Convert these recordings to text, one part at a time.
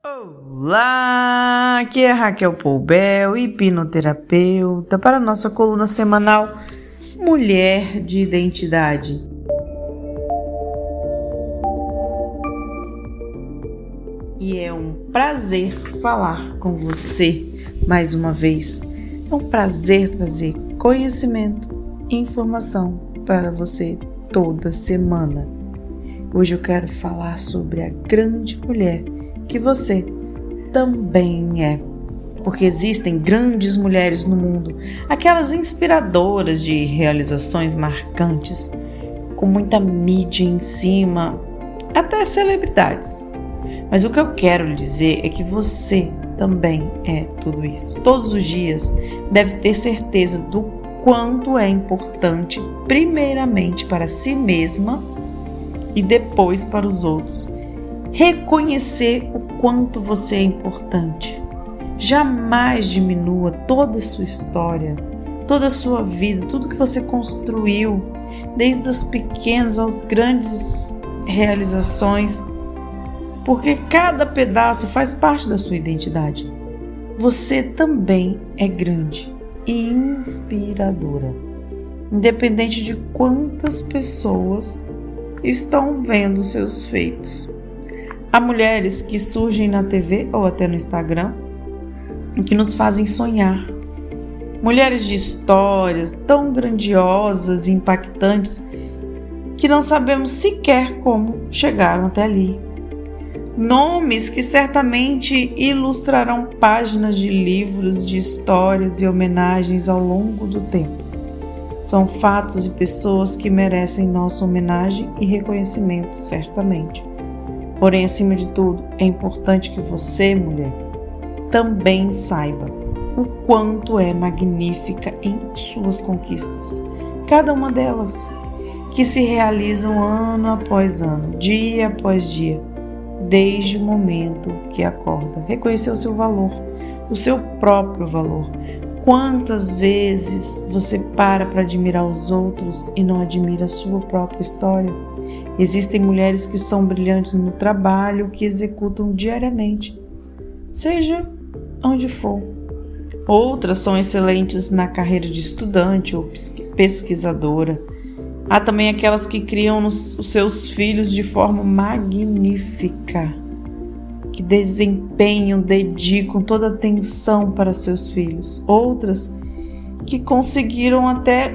Olá, aqui é Raquel Poubel, hipnoterapeuta, para a nossa coluna semanal Mulher de Identidade. E é um prazer falar com você mais uma vez. É um prazer trazer conhecimento e informação para você toda semana. Hoje eu quero falar sobre a grande mulher que você também é. Porque existem grandes mulheres no mundo, aquelas inspiradoras de realizações marcantes, com muita mídia em cima, até celebridades. Mas o que eu quero lhe dizer é que você também é tudo isso. Todos os dias deve ter certeza do quanto é importante, primeiramente para si mesma e depois para os outros. Reconhecer o quanto você é importante. Jamais diminua toda a sua história, toda a sua vida, tudo que você construiu, desde os pequenos aos grandes realizações, porque cada pedaço faz parte da sua identidade. Você também é grande e inspiradora, independente de quantas pessoas estão vendo seus feitos. Há mulheres que surgem na TV ou até no Instagram e que nos fazem sonhar. Mulheres de histórias tão grandiosas e impactantes que não sabemos sequer como chegaram até ali. Nomes que certamente ilustrarão páginas de livros, de histórias e homenagens ao longo do tempo. São fatos e pessoas que merecem nossa homenagem e reconhecimento, certamente. Porém, acima de tudo, é importante que você, mulher, também saiba o quanto é magnífica em suas conquistas. Cada uma delas, que se realizam ano após ano, dia após dia, desde o momento que acorda. Reconhecer o seu valor, o seu próprio valor. Quantas vezes você para admirar os outros e não admira a sua própria história? Existem mulheres que são brilhantes no trabalho que executam diariamente, seja onde for. Outras são excelentes na carreira de estudante ou pesquisadora. Há também aquelas que criam os seus filhos de forma magnífica, que desempenham, dedicam toda a atenção para seus filhos. Outras que conseguiram até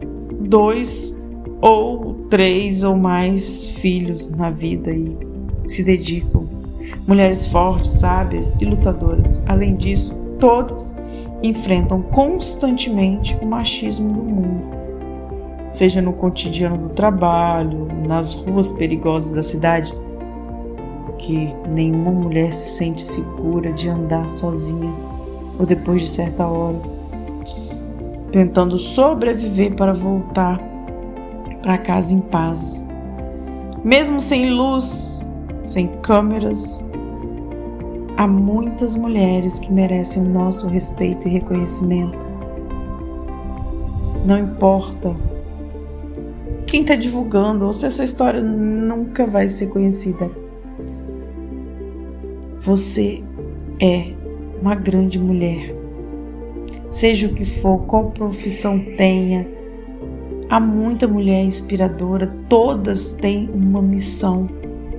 2 ou 3 ou mais filhos na vida e se dedicam. Mulheres fortes, sábias e lutadoras. Além disso, todas enfrentam constantemente o machismo do mundo, seja no cotidiano do trabalho, nas ruas perigosas da cidade, que nenhuma mulher se sente segura de andar sozinha ou depois de certa hora, tentando sobreviver para voltar para casa em paz. Mesmo sem luz, sem câmeras, há muitas mulheres que merecem o nosso respeito e reconhecimento. Não importa quem está divulgando ou se essa história nunca vai ser conhecida. Você é uma grande mulher. Seja o que for, qual profissão tenha, há muita mulher inspiradora, todas têm uma missão.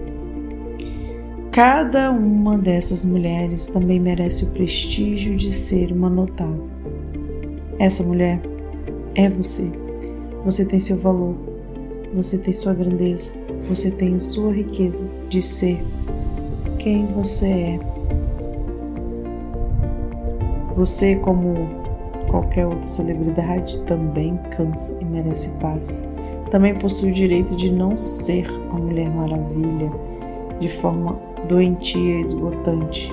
Cada uma dessas mulheres também merece o prestígio de ser uma notável. Essa mulher é você. Você tem seu valor, você tem sua grandeza, você tem a sua riqueza de ser quem você é. Você, como qualquer outra celebridade, também cansa e merece paz. Também possui o direito de não ser a Mulher Maravilha de forma doentia e esgotante.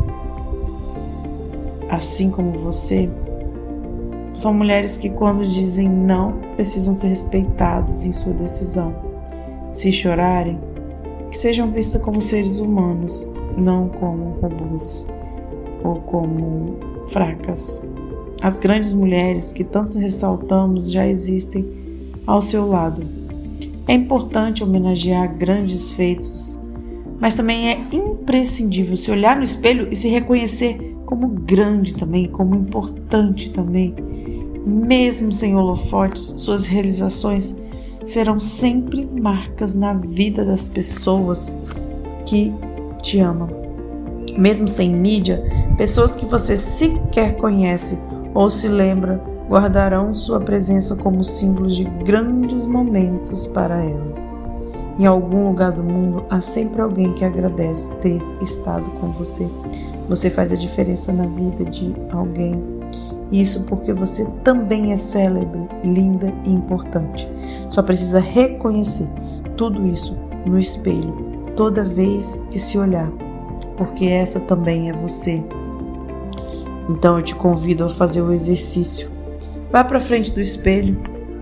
Assim como você, são mulheres que, quando dizem não, precisam ser respeitadas em sua decisão. Se chorarem, que sejam vistas como seres humanos, não como robôs ou como fracas. As grandes mulheres que tanto ressaltamos já existem ao seu lado. É importante homenagear grandes feitos, mas também é imprescindível se olhar no espelho e se reconhecer como grande também, como importante também. Mesmo sem holofotes, suas realizações serão sempre marcas na vida das pessoas que te amam. Mesmo sem mídia, pessoas que você sequer conhece ou se lembra guardarão sua presença como símbolos de grandes momentos para ela. Em algum lugar do mundo há sempre alguém que agradece ter estado com você. Você faz a diferença na vida de alguém. Isso porque você também é célebre, linda e importante. Só precisa reconhecer tudo isso no espelho, toda vez que se olhar, porque essa também é você. Então eu te convido a fazer o exercício. Vá para frente do espelho.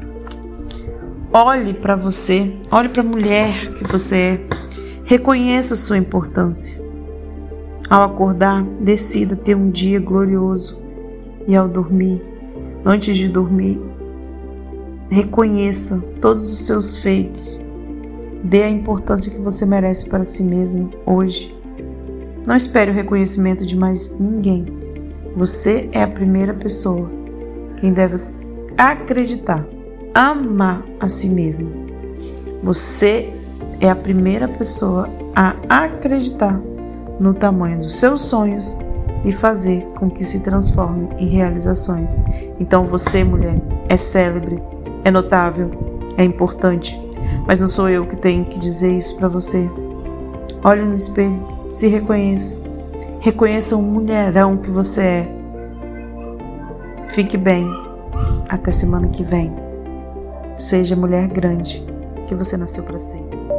Olhe para você, olhe para a mulher que você é. Reconheça sua importância. Ao acordar, decida ter um dia glorioso. E ao dormir, antes de dormir, reconheça todos os seus feitos. Dê a importância que você merece para si mesmo hoje. Não espere o reconhecimento de mais ninguém. Você é a primeira pessoa. Quem deve acreditar, amar a si mesmo. Você é a primeira pessoa a acreditar no tamanho dos seus sonhos e fazer com que se transforme em realizações. Então você, mulher, é célebre, é notável, é importante, mas não sou eu que tenho que dizer isso para você. Olhe no espelho, se reconheça. Reconheça o mulherão que você é. Fique bem. Até semana que vem. Seja a mulher grande que você nasceu para ser.